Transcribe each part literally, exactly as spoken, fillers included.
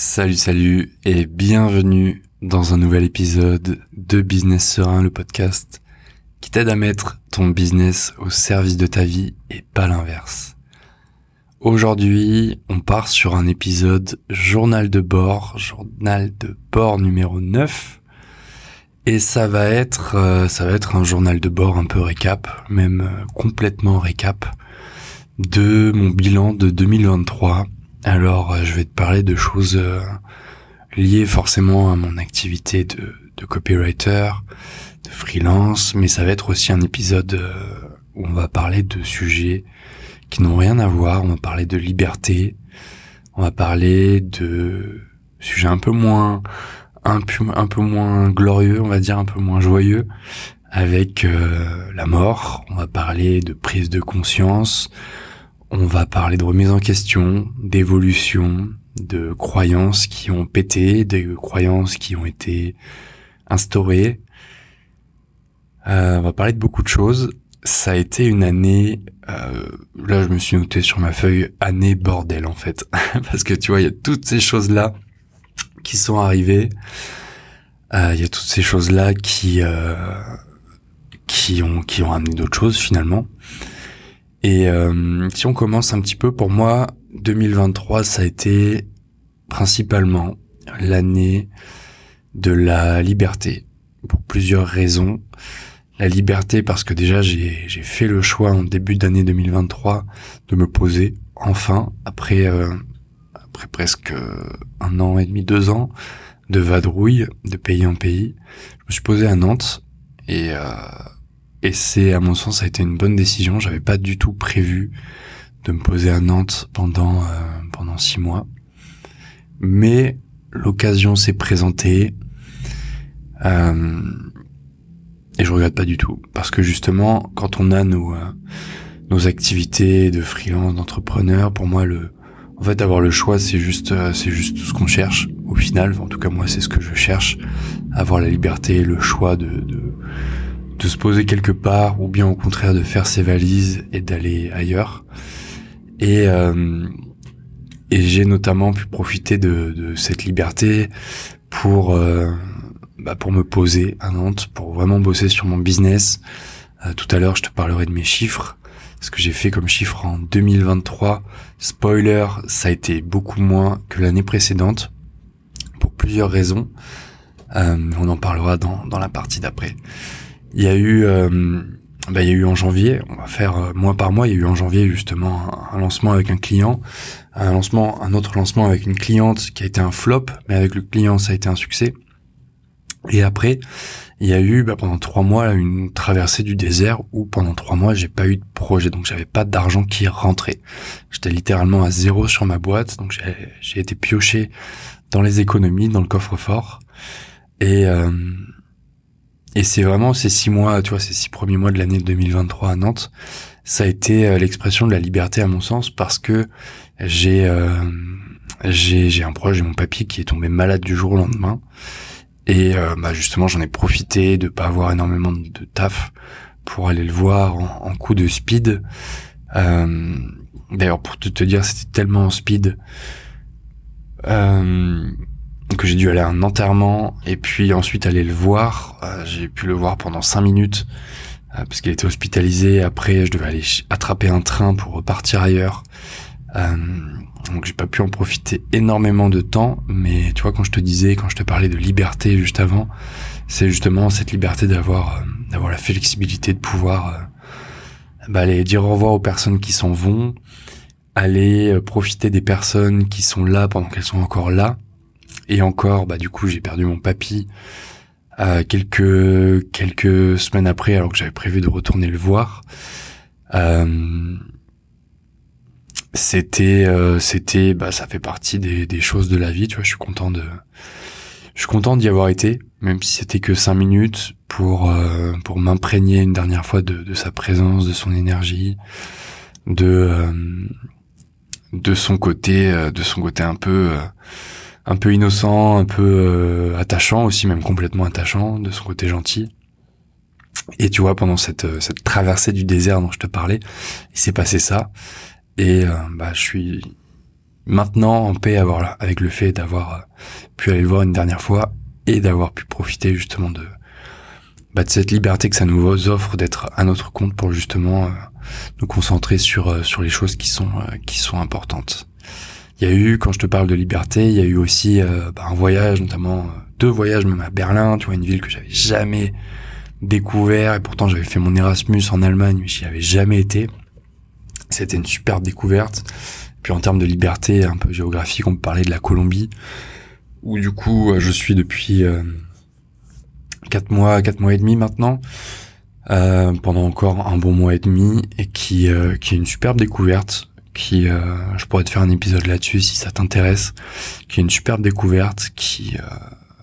Salut, salut et bienvenue dans un nouvel épisode de Business Serein, le podcast qui t'aide à mettre ton business au service de ta vie et pas l'inverse. Aujourd'hui, on part sur un épisode journal de bord, journal de bord numéro neuf, et ça va être euh, ça va être un journal de bord un peu récap, même euh, complètement récap de mon bilan de deux mille vingt-trois. Alors, euh, je vais te parler de choses euh, liées forcément à mon activité de, de copywriter, de freelance, mais ça va être aussi un épisode euh, où on va parler de sujets qui n'ont rien à voir. On va parler de liberté, on va parler de sujets un peu moins, un peu, un peu moins glorieux, on va dire un peu moins joyeux, avec euh, la mort. On va parler de prise de conscience. On va parler de remise en question, d'évolution, de croyances qui ont pété, de croyances qui ont été instaurées. Euh, on va parler de beaucoup de choses. Ça a été une année, euh, là je me suis noté sur ma feuille, année bordel en fait. Parce que tu vois, il y a toutes ces choses-là qui sont arrivées. Euh, il y a toutes ces choses-là qui, euh, qui ont, qui ont amené d'autres choses finalement. Et euh, si on commence un petit peu, pour moi, deux mille vingt-trois, ça a été principalement l'année de la liberté, pour plusieurs raisons. La liberté parce que déjà, j'ai, j'ai fait le choix en début d'année deux mille vingt-trois de me poser, enfin, après, euh, après presque un an et demi, deux ans de vadrouille, de pays en pays. Je me suis posé à Nantes et... Euh, Et c'est, à mon sens, ça a été une bonne décision. J'avais pas du tout prévu de me poser à Nantes pendant euh, pendant six mois, mais l'occasion s'est présentée euh, et je regrette pas du tout parce que justement, quand on a nos euh, nos activités de freelance, d'entrepreneur, pour moi, le en fait, avoir le choix, c'est juste euh, c'est juste ce qu'on cherche au final. En tout cas, moi, c'est ce que je cherche, avoir la liberté, le choix de, de de se poser quelque part ou bien au contraire de faire ses valises et d'aller ailleurs. Et, euh, et j'ai notamment pu profiter de, de cette liberté pour, euh, bah pour me poser à Nantes, pour vraiment bosser sur mon business. Euh, tout à l'heure, je te parlerai de mes chiffres. Ce que j'ai fait comme chiffre en deux mille vingt-trois, spoiler, ça a été beaucoup moins que l'année précédente, pour plusieurs raisons. Euh, on en parlera dans, dans la partie d'après. Il y a eu, euh, bah, il y a eu en janvier, on va faire euh, mois par mois, il y a eu en janvier justement un, un lancement avec un client, un lancement, un autre lancement avec une cliente qui a été un flop, mais avec le client ça a été un succès. Et après, il y a eu bah, pendant trois mois une traversée du désert où pendant trois mois j'ai pas eu de projet, donc j'avais pas d'argent qui rentrait. J'étais littéralement à zéro sur ma boîte, donc j'ai, j'ai été pioché dans les économies, dans le coffre-fort. Et euh, Et c'est vraiment ces six mois, tu vois, ces six premiers mois de l'année deux mille vingt-trois à Nantes, ça a été euh, l'expression de la liberté à mon sens parce que j'ai euh, j'ai j'ai un proche, j'ai mon papy qui est tombé malade du jour au lendemain et euh, bah justement j'en ai profité de pas avoir énormément de, de taf pour aller le voir en, en coup de speed. Euh, d'ailleurs pour te, te dire, c'était tellement en speed. Euh, que j'ai dû aller à un enterrement et puis ensuite aller le voir. Euh, j'ai pu le voir pendant cinq minutes euh, parce qu'il était hospitalisé. Après, je devais aller ch- attraper un train pour repartir ailleurs. Euh, donc j'ai pas pu en profiter énormément de temps, mais tu vois, quand je te disais, quand je te parlais de liberté juste avant, c'est justement cette liberté d'avoir euh, d'avoir la flexibilité de pouvoir euh, bah, aller dire au revoir aux personnes qui s'en vont, aller euh, profiter des personnes qui sont là pendant qu'elles sont encore là. Et encore, bah du coup, j'ai perdu mon papy euh, quelques quelques semaines après, alors que j'avais prévu de retourner le voir. Euh, c'était euh, c'était bah ça fait partie des des choses de la vie, tu vois. Je suis content de je suis content d'y avoir été, même si c'était que cinq minutes pour euh, pour m'imprégner une dernière fois de de sa présence, de son énergie, de euh, de son côté euh, de son côté un peu euh, un peu innocent, un peu euh, attachant aussi, même complètement attachant, de son côté gentil. Et tu vois, pendant cette euh, cette traversée du désert dont je te parlais, il s'est passé ça. Et euh, bah je suis maintenant en paix avoir, avec le fait d'avoir euh, pu aller le voir une dernière fois et d'avoir pu profiter justement de, bah, de cette liberté que ça nous offre d'être à notre compte pour justement euh, nous concentrer sur euh, sur les choses qui sont euh, qui sont importantes. Il y a eu, quand je te parle de liberté, il y a eu aussi euh, bah, un voyage, notamment euh, deux voyages même à Berlin, tu vois, une ville que j'avais jamais découvert, et pourtant j'avais fait mon Erasmus en Allemagne, mais j'y avais jamais été. C'était une superbe découverte. Puis en termes de liberté un peu géographique, on peut parler de la Colombie, où du coup je suis depuis euh, quatre mois, quatre mois et demi maintenant, euh, pendant encore un bon mois et demi, et qui euh, qui est une superbe découverte. Qui, euh, je pourrais te faire un épisode là-dessus si ça t'intéresse, qui est une superbe découverte, qui euh,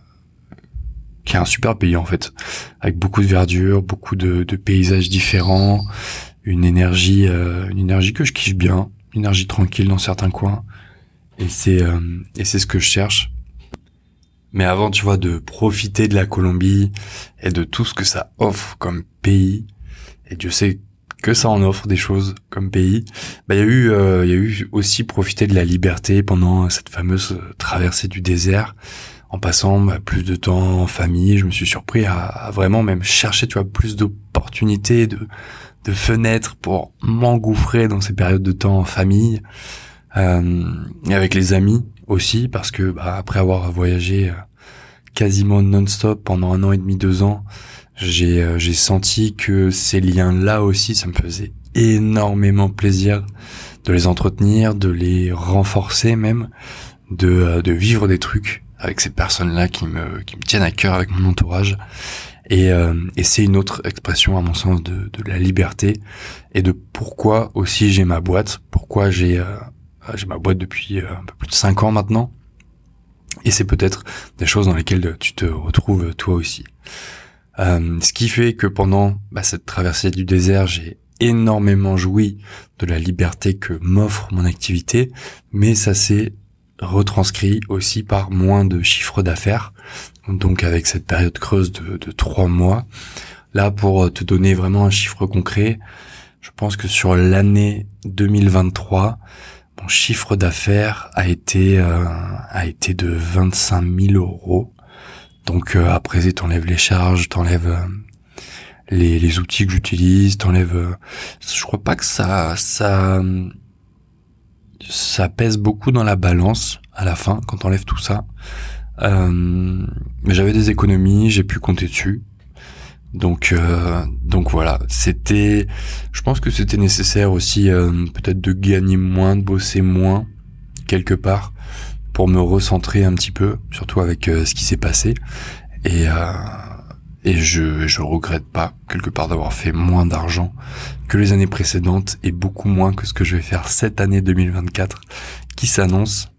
qui est un super pays en fait, avec beaucoup de verdure, beaucoup de, de paysages différents, une énergie, euh, une énergie que je kiffe bien, une énergie tranquille dans certains coins, et c'est euh, et c'est ce que je cherche. Mais avant, tu vois, de profiter de la Colombie et de tout ce que ça offre comme pays, et Dieu sait que ça en offre des choses comme pays, bah il y a eu euh, il y a eu aussi profiter de la liberté pendant cette fameuse traversée du désert, en passant bah, plus de temps en famille. Je me suis surpris à, à vraiment même chercher, tu vois, plus d'opportunités, de de fenêtres pour m'engouffrer dans ces périodes de temps en famille, euh, et avec les amis aussi, parce que bah, après avoir voyagé euh, quasiment non-stop pendant un an et demi, deux ans, j'ai euh, j'ai senti que ces liens-là aussi, ça me faisait énormément plaisir de les entretenir, de les renforcer même, de euh, de vivre des trucs avec ces personnes-là qui me qui me tiennent à cœur, avec mon entourage. Et euh, et c'est une autre expression à mon sens de de la liberté, et de pourquoi aussi j'ai ma boîte, pourquoi j'ai euh, j'ai ma boîte depuis euh, un peu plus de cinq ans maintenant. Et c'est peut-être des choses dans lesquelles tu te retrouves toi aussi. Euh, ce qui fait que pendant bah, cette traversée du désert, j'ai énormément joui de la liberté que m'offre mon activité, mais ça s'est retranscrit aussi par moins de chiffre d'affaires. Donc avec cette période creuse de, de trois mois, là pour te donner vraiment un chiffre concret, je pense que sur l'année deux mille vingt-trois, mon chiffre d'affaires a été euh, a été de vingt-cinq mille euros. Donc euh, après, t'enlèves les charges, t'enlèves euh, les, les outils que j'utilise, t'enlèves. Euh, je crois pas que ça ça ça pèse beaucoup dans la balance à la fin quand t'enlèves tout ça. Euh, mais j'avais des économies, j'ai pu compter dessus. Donc euh, donc voilà, c'était. Je pense que c'était nécessaire aussi, euh, peut-être de gagner moins, de bosser moins quelque part, pour me recentrer un petit peu, surtout avec euh, ce qui s'est passé, et euh, et je je regrette pas quelque part d'avoir fait moins d'argent que les années précédentes, et beaucoup moins que ce que je vais faire cette année deux mille vingt-quatre qui s'annonce.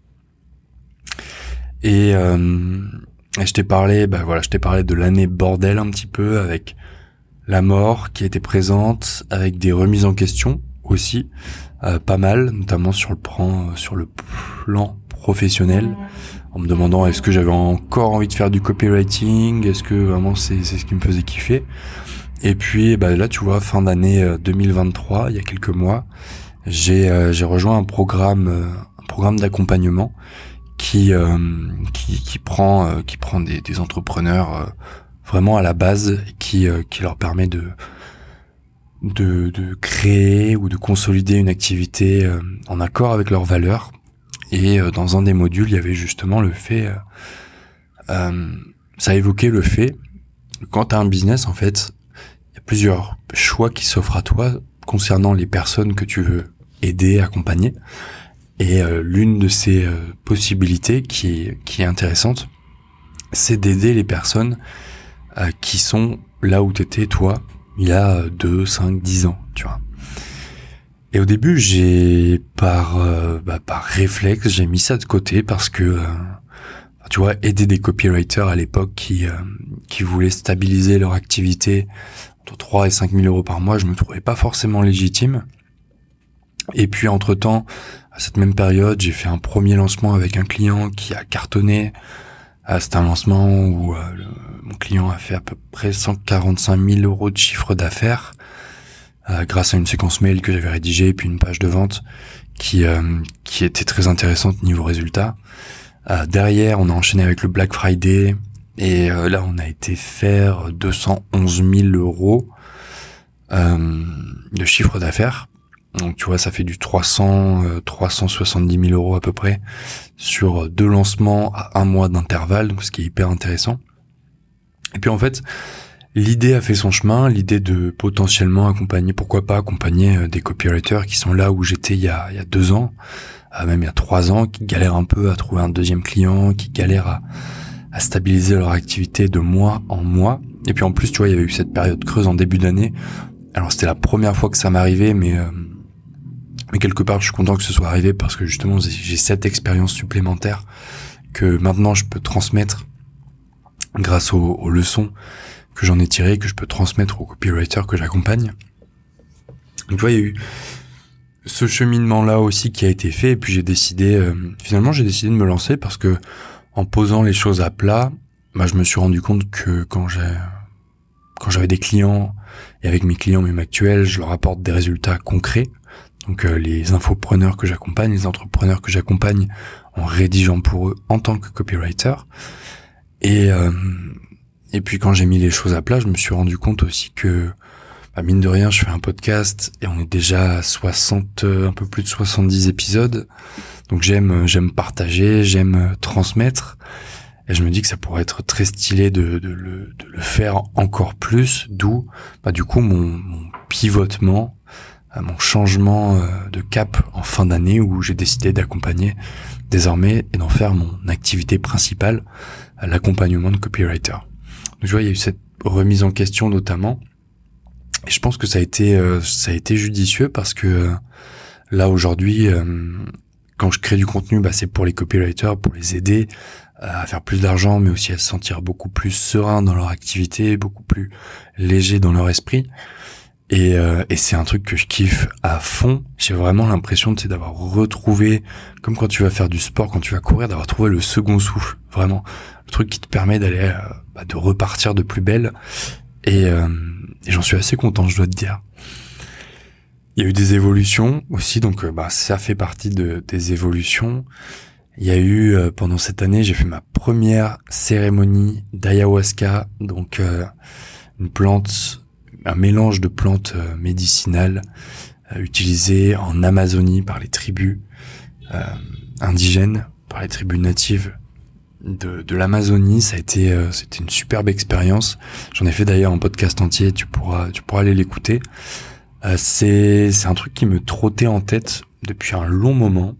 Et, euh, et je t'ai parlé, bah voilà, je t'ai parlé de l'année bordel un petit peu, avec la mort qui était présente, avec des remises en question aussi, euh, pas mal, notamment sur le plan sur le plan professionnel, en me demandant est-ce que j'avais encore envie de faire du copywriting, est-ce que vraiment c'est c'est ce qui me faisait kiffer. Et puis bah là tu vois, fin d'année deux mille vingt-trois, il y a quelques mois, j'ai euh, j'ai rejoint un programme euh, un programme d'accompagnement qui euh, qui qui prend euh, qui prend des des entrepreneurs euh, vraiment à la base, qui euh, qui leur permet de de de créer ou de consolider une activité euh, en accord avec leurs valeurs. Et euh, dans un des modules, il y avait justement le fait euh, euh, ça évoquait le fait que quand tu as un business, en fait, il y a plusieurs choix qui s'offrent à toi concernant les personnes que tu veux aider, accompagner. Et euh, l'une de ces euh, possibilités qui est, qui est intéressante, c'est d'aider les personnes euh, qui sont là où t'étais toi il y a deux, cinq, dix ans, tu vois. Et au début, j'ai par euh, bah, par réflexe, j'ai mis ça de côté parce que euh, tu vois, aider des copywriters à l'époque qui euh, qui voulaient stabiliser leur activité entre trois et cinq mille euros par mois, je me trouvais pas forcément légitime. Et puis entre-temps, à cette même période, j'ai fait un premier lancement avec un client qui a cartonné. Euh, c'était un lancement où euh, le, mon client a fait à peu près cent quarante-cinq mille euros de chiffre d'affaires euh, grâce à une séquence mail que j'avais rédigée et puis une page de vente qui euh, qui était très intéressante niveau résultat. Euh, derrière, on a enchaîné avec le Black Friday et euh, là, on a été faire deux cent onze mille euros euh, de chiffre d'affaires. Donc tu vois, ça fait du trois cents, euh, trois cent soixante-dix mille euros à peu près sur deux lancements à un mois d'intervalle, donc ce qui est hyper intéressant. Et puis en fait, l'idée a fait son chemin, l'idée de potentiellement accompagner, pourquoi pas accompagner euh, des copywriters qui sont là où j'étais il y a, il y a deux ans, euh, même il y a trois ans, qui galèrent un peu à trouver un deuxième client, qui galèrent à, à stabiliser leur activité de mois en mois. Et puis en plus, tu vois, il y avait eu cette période creuse en début d'année. Alors c'était la première fois que ça m'arrivait, mais euh, mais quelque part, je suis content que ce soit arrivé parce que justement, j'ai cette expérience supplémentaire que maintenant je peux transmettre grâce aux, aux leçons que j'en ai tirées, que je peux transmettre aux copywriters que j'accompagne. Donc tu vois, il y a eu ce cheminement-là aussi qui a été fait, et puis j'ai décidé, euh, finalement j'ai décidé de me lancer parce que en posant les choses à plat, bah, je me suis rendu compte que quand j'ai, quand j'avais des clients, et avec mes clients même actuels, je leur apporte des résultats concrets. Donc euh, les infopreneurs que j'accompagne, les entrepreneurs que j'accompagne en rédigeant pour eux en tant que copywriter. Et euh, et puis quand j'ai mis les choses à plat, je me suis rendu compte aussi que bah, mine de rien, je fais un podcast et on est déjà à soixante, un peu plus de soixante-dix épisodes. Donc j'aime j'aime partager, j'aime transmettre. Et je me dis que ça pourrait être très stylé de, de, le, de le faire encore plus, d'où bah, du coup mon, mon pivotement, mon changement de cap en fin d'année où j'ai décidé d'accompagner désormais et d'en faire mon activité principale, l'accompagnement de copywriter. Donc je vois, il y a eu cette remise en question notamment, et je pense que ça a été euh, ça a été judicieux parce que euh, là aujourd'hui, euh, quand je crée du contenu, bah, c'est pour les copywriters, pour les aider à faire plus d'argent, mais aussi à se sentir beaucoup plus serein dans leur activité, beaucoup plus léger dans leur esprit. Et, euh, et c'est un truc que je kiffe à fond. J'ai vraiment l'impression, tu sais, d'avoir retrouvé, comme quand tu vas faire du sport, quand tu vas courir, d'avoir trouvé le second souffle. Vraiment, le truc qui te permet d'aller, euh, bah, de repartir de plus belle. Et, euh, et j'en suis assez content, je dois te dire. Il y a eu des évolutions aussi, donc euh, bah ça fait partie de des évolutions. Il y a eu, euh, pendant cette année, j'ai fait ma première cérémonie d'ayahuasca, donc euh, une plante, un mélange de plantes euh, médicinales euh, utilisées en Amazonie par les tribus euh, indigènes, par les tribus natives de, de l'Amazonie. Ça a été, euh, c'était une superbe expérience. J'en ai fait d'ailleurs un podcast entier, tu pourras, tu pourras aller l'écouter. Euh, c'est, c'est un truc qui me trottait en tête depuis un long moment.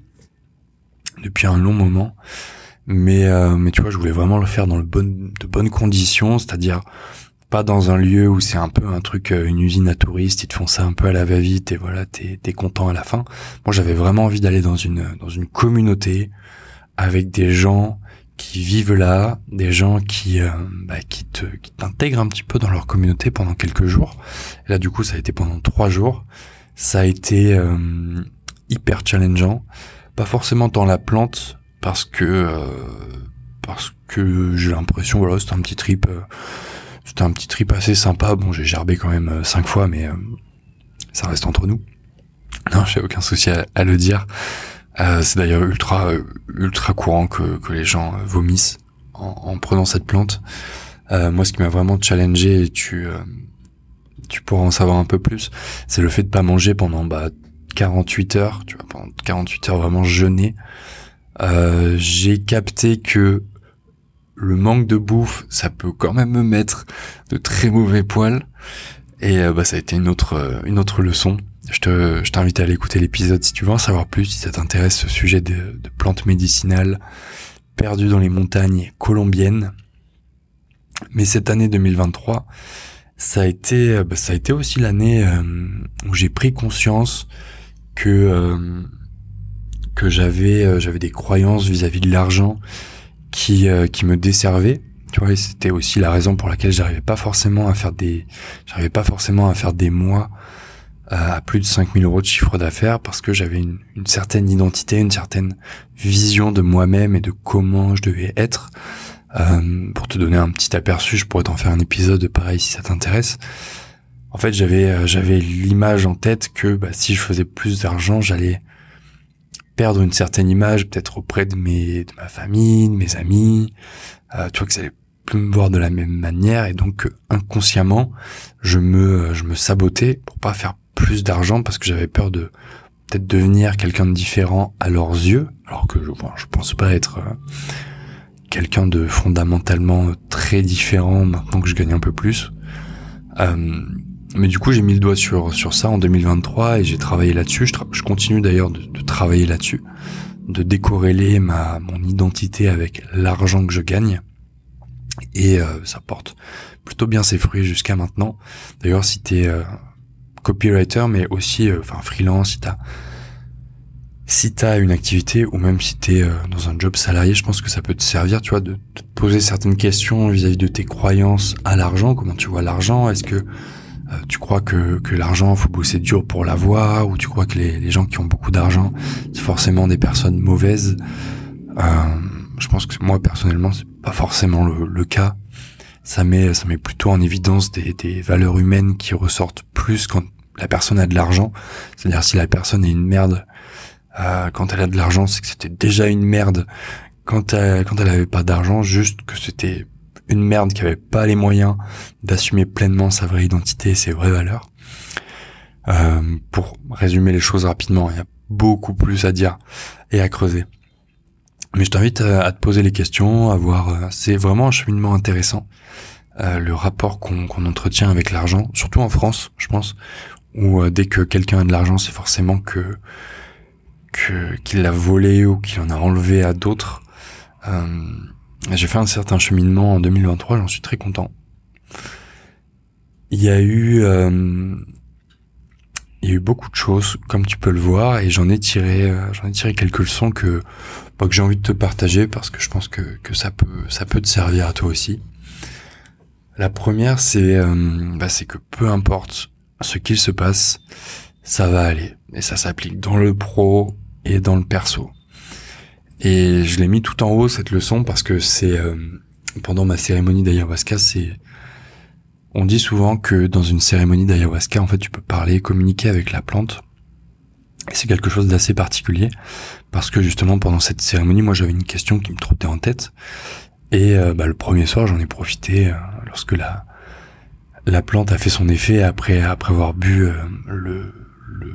depuis un long moment, mais euh, mais tu vois, je voulais vraiment le faire dans le bon, de bonnes conditions, c'est-à-dire pas dans un lieu où c'est un peu un truc, une usine à touristes, ils te font ça un peu à la va-vite et voilà, t'es t'es content à la fin. Moi, j'avais vraiment envie d'aller dans une dans une communauté avec des gens qui vivent là, des gens qui euh, bah, qui te qui t'intègrent un petit peu dans leur communauté pendant quelques jours. Et là, du coup, ça a été pendant trois jours. Ça a été euh, hyper challengeant. Pas forcément dans la plante, parce que euh, parce que j'ai l'impression, voilà, c'était un petit trip, euh, c'était un petit trip assez sympa. Bon, j'ai gerbé quand même euh, cinq fois, mais euh, ça reste entre nous. Non, j'ai aucun souci à, à le dire. Euh, c'est d'ailleurs ultra euh, ultra courant que que les gens euh, vomissent en, en prenant cette plante. Euh, moi, ce qui m'a vraiment challengé, et tu euh, tu pourras en savoir un peu plus, c'est le fait de pas manger pendant bah quarante-huit heures, tu vois, pendant quarante-huit heures vraiment jeûner. Euh, j'ai capté que le manque de bouffe, ça peut quand même me mettre de très mauvais poils. Et euh, bah ça a été une autre euh, une autre leçon. Je te je t'invite à aller écouter l'épisode si tu veux en savoir plus, si ça t'intéresse, ce sujet de, de plantes médicinales perdues dans les montagnes colombiennes. Mais cette année deux mille vingt-trois, ça a été bah, ça a été aussi l'année euh, où j'ai pris conscience que euh, que j'avais euh, j'avais des croyances vis-à-vis de l'argent qui euh, qui me desservaient, tu vois, et c'était aussi la raison pour laquelle j'arrivais pas forcément à faire des j'arrivais pas forcément à faire des mois euh, à plus de cinq mille euros de chiffre d'affaires, parce que j'avais une, une certaine identité, une certaine vision de moi-même et de comment je devais être. Euh, pour te donner un petit aperçu, je pourrais t'en faire un épisode pareil si ça t'intéresse. En fait, j'avais euh, j'avais l'image en tête que bah, si je faisais plus d'argent, j'allais perdre une certaine image, peut-être auprès de mes, de ma famille, de mes amis, euh, tu vois que ça allait plus me voir de la même manière, et donc euh, inconsciemment, je me, je me sabotais pour pas faire plus d'argent parce que j'avais peur de peut-être devenir quelqu'un de différent à leurs yeux, alors que je, bon, je pense pas être euh, quelqu'un de fondamentalement très différent maintenant que je gagne un peu plus. Euh, mais du coup, j'ai mis le doigt sur sur ça en deux mille vingt-trois et j'ai travaillé là-dessus. Je, tra- je continue d'ailleurs de, de travailler là-dessus, de décorréler ma mon identité avec l'argent que je gagne. Et euh, ça porte plutôt bien ses fruits jusqu'à maintenant. D'ailleurs, si t'es euh, copywriter, mais aussi euh, enfin freelance, si t'as si t'as une activité ou même si t'es euh, dans un job salarié, je pense que ça peut te servir, tu vois, de, de te poser certaines questions vis-à-vis de tes croyances à l'argent. Comment tu vois l'argent? Est-ce que euh, tu crois que que l'argent, faut bosser dur pour l'avoir, ou tu crois que les, les gens qui ont beaucoup d'argent, c'est forcément des personnes mauvaises? Euh, je pense que moi personnellement, c'est pas forcément le, le cas. Ça met ça met plutôt en évidence des, des valeurs humaines qui ressortent plus quand la personne a de l'argent. C'est-à-dire, si la personne est une merde euh, quand elle a de l'argent, c'est que c'était déjà une merde quand elle, quand elle avait pas d'argent, juste que c'était une merde qui avait pas les moyens d'assumer pleinement sa vraie identité et ses vraies valeurs. Euh, pour résumer les choses rapidement, il y a beaucoup plus à dire et à creuser. Mais je t'invite à, à te poser les questions, à voir. C'est vraiment un cheminement intéressant, euh, le rapport qu'on, qu'on entretient avec l'argent, surtout en France, je pense, où euh, dès que quelqu'un a de l'argent, c'est forcément que que qu'il l'a volé ou qu'il en a enlevé à d'autres. Euh, j'ai fait un certain cheminement en deux mille vingt-trois, j'en suis très content. Il y a eu euh, il y a eu beaucoup de choses, comme tu peux le voir, et j'en ai tiré euh, j'en ai tiré quelques leçons que bah, que j'ai envie de te partager parce que je pense que que ça peut ça peut te servir à toi aussi. La première, c'est euh, bah, c'est que peu importe ce qu'il se passe, ça va aller, et ça s'applique dans le pro et dans le perso. Et je l'ai mis tout en haut, cette leçon, parce que c'est euh, pendant ma cérémonie d'ayahuasca, c'est on dit souvent que dans une cérémonie d'ayahuasca, en fait, tu peux parler, communiquer avec la plante. Et c'est quelque chose d'assez particulier, parce que justement, pendant cette cérémonie, moi, j'avais une question qui me trottait en tête. Et euh, bah, le premier soir, j'en ai profité euh, lorsque la la plante a fait son effet après après avoir bu euh, le le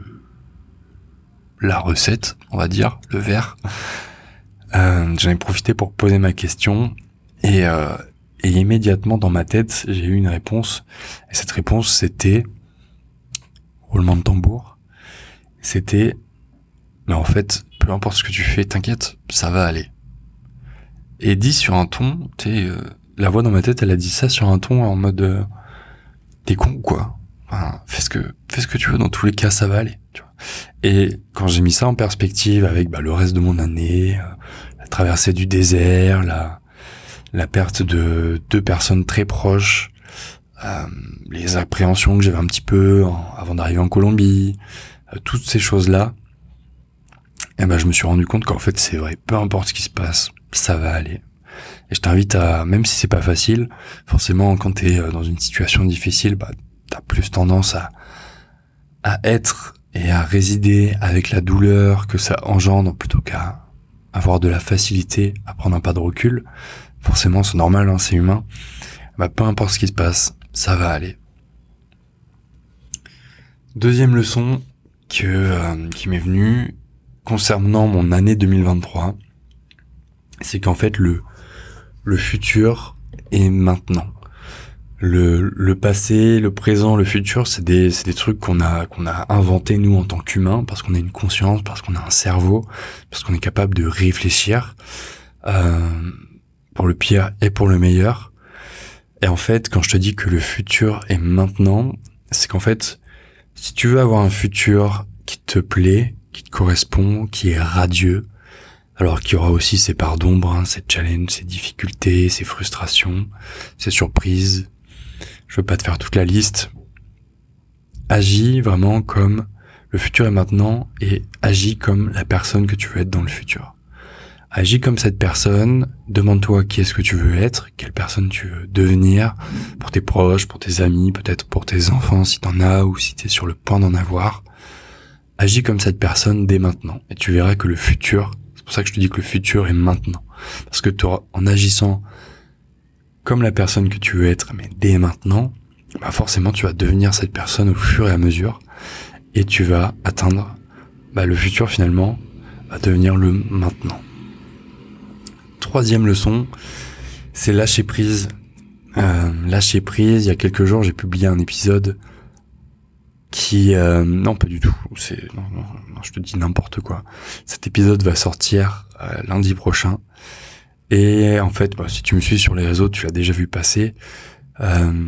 la recette, on va dire, le verre. Euh, j'en ai profité pour poser ma question et euh, et immédiatement dans ma tête, j'ai eu une réponse. Et cette réponse, c'était roulement de tambour. C'était, mais en fait, peu importe ce que tu fais, t'inquiète, ça va aller. Et dit sur un ton, tu sais, euh, la voix dans ma tête, elle a dit ça sur un ton en mode, euh, t'es con ou quoi? Enfin, fais ce que, fais ce que tu veux, dans tous les cas, ça va aller, tu vois. Et quand j'ai mis ça en perspective avec bah, le reste de mon année, euh, la traversée du désert, la, la perte de deux personnes très proches, euh, les appréhensions que j'avais un petit peu en, avant d'arriver en Colombie, euh, toutes ces choses-là, et ben je me suis rendu compte qu'en fait c'est vrai, peu importe ce qui se passe, ça va aller. Et je t'invite à, même si c'est pas facile, forcément quand t'es dans une situation difficile, bah t'as plus tendance à à être et à résider avec la douleur que ça engendre plutôt qu'à avoir de la facilité à prendre un pas de recul. Forcément, c'est normal, hein, c'est humain. Bah peu importe ce qui se passe, ça va aller. Deuxième leçon que euh, qui m'est venue concernant mon année deux mille vingt-trois, c'est qu'en fait le le futur est maintenant. Le le passé, le présent, le futur, c'est des c'est des trucs qu'on a qu'on a inventés nous en tant qu'humains parce qu'on a une conscience, parce qu'on a un cerveau, parce qu'on est capable de réfléchir euh, pour le pire et pour le meilleur. Et en fait, quand je te dis que le futur est maintenant, c'est qu'en fait, si tu veux avoir un futur qui te plaît, qui te correspond, qui est radieux, alors qu'il y aura aussi ses parts d'ombre, hein, ses challenges, ses difficultés, ses frustrations, ses surprises. Je veux pas te faire toute la liste. Agis vraiment comme le futur est maintenant et agis comme la personne que tu veux être dans le futur. Agis comme cette personne, demande-toi qui est-ce que tu veux être, quelle personne tu veux devenir, pour tes proches, pour tes amis, peut-être pour tes enfants si t'en as ou si t'es sur le point d'en avoir. agis comme cette personne dès maintenant. Et tu verras que le futur, c'est pour ça que je te dis que le futur est maintenant. Parce que t'auras, en agissant comme la personne que tu veux être, mais dès maintenant, bah forcément tu vas devenir cette personne au fur et à mesure. Et tu vas atteindre, bah le futur finalement va devenir le maintenant. Troisième leçon, c'est lâcher prise. Euh, lâcher prise, il y a quelques jours, j'ai publié un épisode qui... Euh, non, pas du tout. C'est, non, non, non, je te dis n'importe quoi. Cet épisode va sortir euh, lundi prochain. Et en fait, bah, si tu me suis sur les réseaux, tu l'as déjà vu passer. Euh,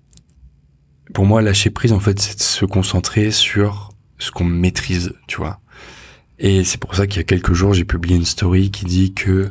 pour moi, lâcher prise, en fait, c'est de se concentrer sur ce qu'on maîtrise, tu vois. Et c'est pour ça qu'il y a quelques jours, j'ai publié une story qui dit que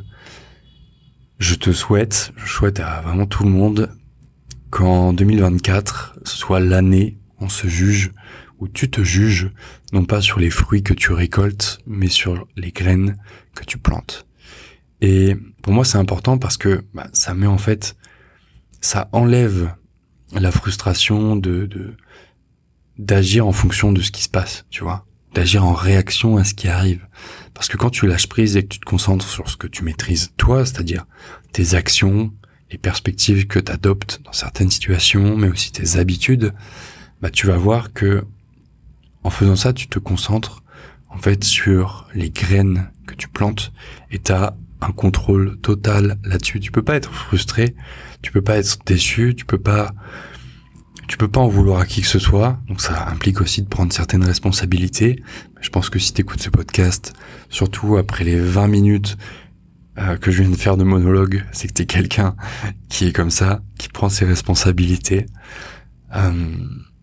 je te souhaite, je souhaite à vraiment tout le monde qu'en deux mille vingt-quatre, ce soit l'année où on se juge, où tu te juges, non pas sur les fruits que tu récoltes, mais sur les graines que tu plantes. Et pour moi, c'est important parce que bah, ça met en fait, ça enlève la frustration de, de d'agir en fonction de ce qui se passe, tu vois, d'agir en réaction à ce qui arrive. Parce que quand tu lâches prise et que tu te concentres sur ce que tu maîtrises toi, c'est-à-dire tes actions, les perspectives que tu adoptes dans certaines situations, mais aussi tes habitudes, bah tu vas voir que en faisant ça, tu te concentres en fait sur les graines que tu plantes et tu as un contrôle total là-dessus. Tu peux pas être frustré, tu peux pas être déçu, tu peux pas tu peux pas en vouloir à qui que ce soit. Donc ça implique aussi de prendre certaines responsabilités. Je pense que si tu écoutes ce podcast, surtout après les vingt minutes euh, que je viens de faire de monologue, c'est que tu es quelqu'un qui est comme ça, qui prend ses responsabilités. Euh,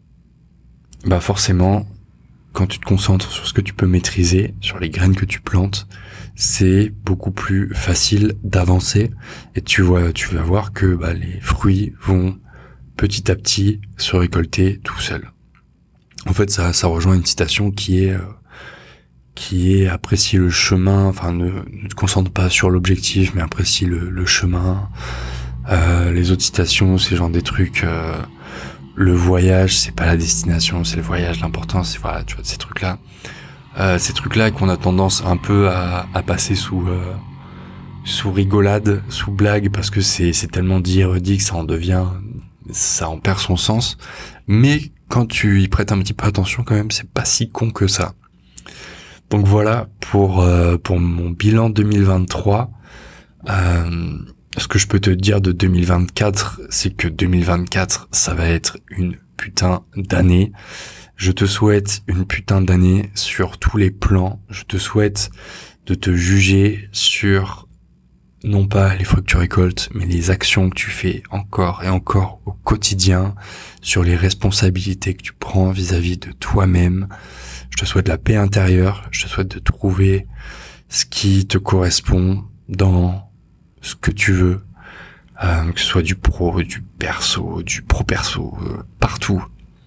bah forcément, quand tu te concentres sur ce que tu peux maîtriser, sur les graines que tu plantes, c'est beaucoup plus facile d'avancer et tu vois, tu vas voir que bah, les fruits vont petit à petit se récolter tout seul. En fait, ça, ça rejoint une citation qui est, euh, qui est apprécie le chemin, enfin ne, ne te concentre pas sur l'objectif, mais apprécie le, le chemin. Euh, les autres citations, c'est genre des trucs. Euh, le voyage, c'est pas la destination, c'est le voyage. L'important, c'est voilà, tu vois, ces trucs-là, euh, ces trucs-là qu'on a tendance un peu à, à passer sous. Euh, sous rigolade, sous blague, parce que c'est, c'est tellement dit et redit que ça en devient, ça en perd son sens. Mais quand tu y prêtes un petit peu attention quand même, c'est pas si con que ça. Donc voilà pour euh, pour mon bilan deux mille vingt-trois. Euh, ce que je peux te dire de deux mille vingt-quatre, c'est que deux mille vingt-quatre, ça va être une putain d'année. Je te souhaite une putain d'année sur tous les plans. Je te souhaite de te juger sur non pas les fruits que tu récoltes, mais les actions que tu fais encore et encore au quotidien, sur les responsabilités que tu prends vis-à-vis de toi-même. Je te souhaite la paix intérieure, je te souhaite de trouver ce qui te correspond dans ce que tu veux, euh, que ce soit du pro, du perso, du pro-perso, euh, partout.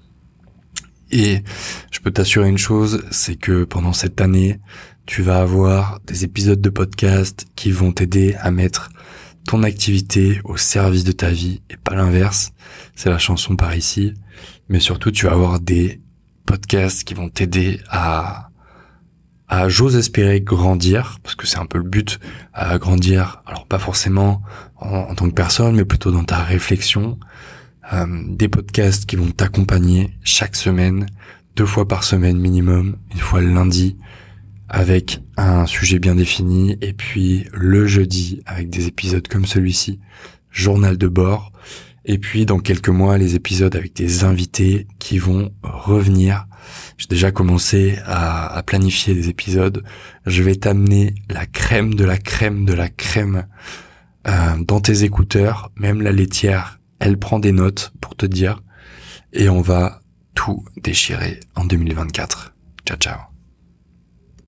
Et je peux t'assurer une chose, c'est que pendant cette année, tu vas avoir des épisodes de podcast qui vont t'aider à mettre ton activité au service de ta vie et pas l'inverse. C'est la chanson par ici. Mais surtout, tu vas avoir des podcasts qui vont t'aider à, à, j'ose espérer, grandir, parce que c'est un peu le but, à grandir. Alors pas forcément en, en tant que personne, mais plutôt dans ta réflexion. Euh, des podcasts qui vont t'accompagner chaque semaine, deux fois par semaine minimum, une fois le lundi, avec un sujet bien défini, et puis le jeudi avec des épisodes comme celui-ci, journal de bord, et puis dans quelques mois les épisodes avec des invités qui vont revenir. J'ai déjà commencé à, à planifier des épisodes. Je vais t'amener la crème de la crème de la crème euh, dans tes écouteurs, même la laitière, elle prend des notes pour te dire, et on va tout déchirer en deux mille vingt-quatre. Ciao ciao.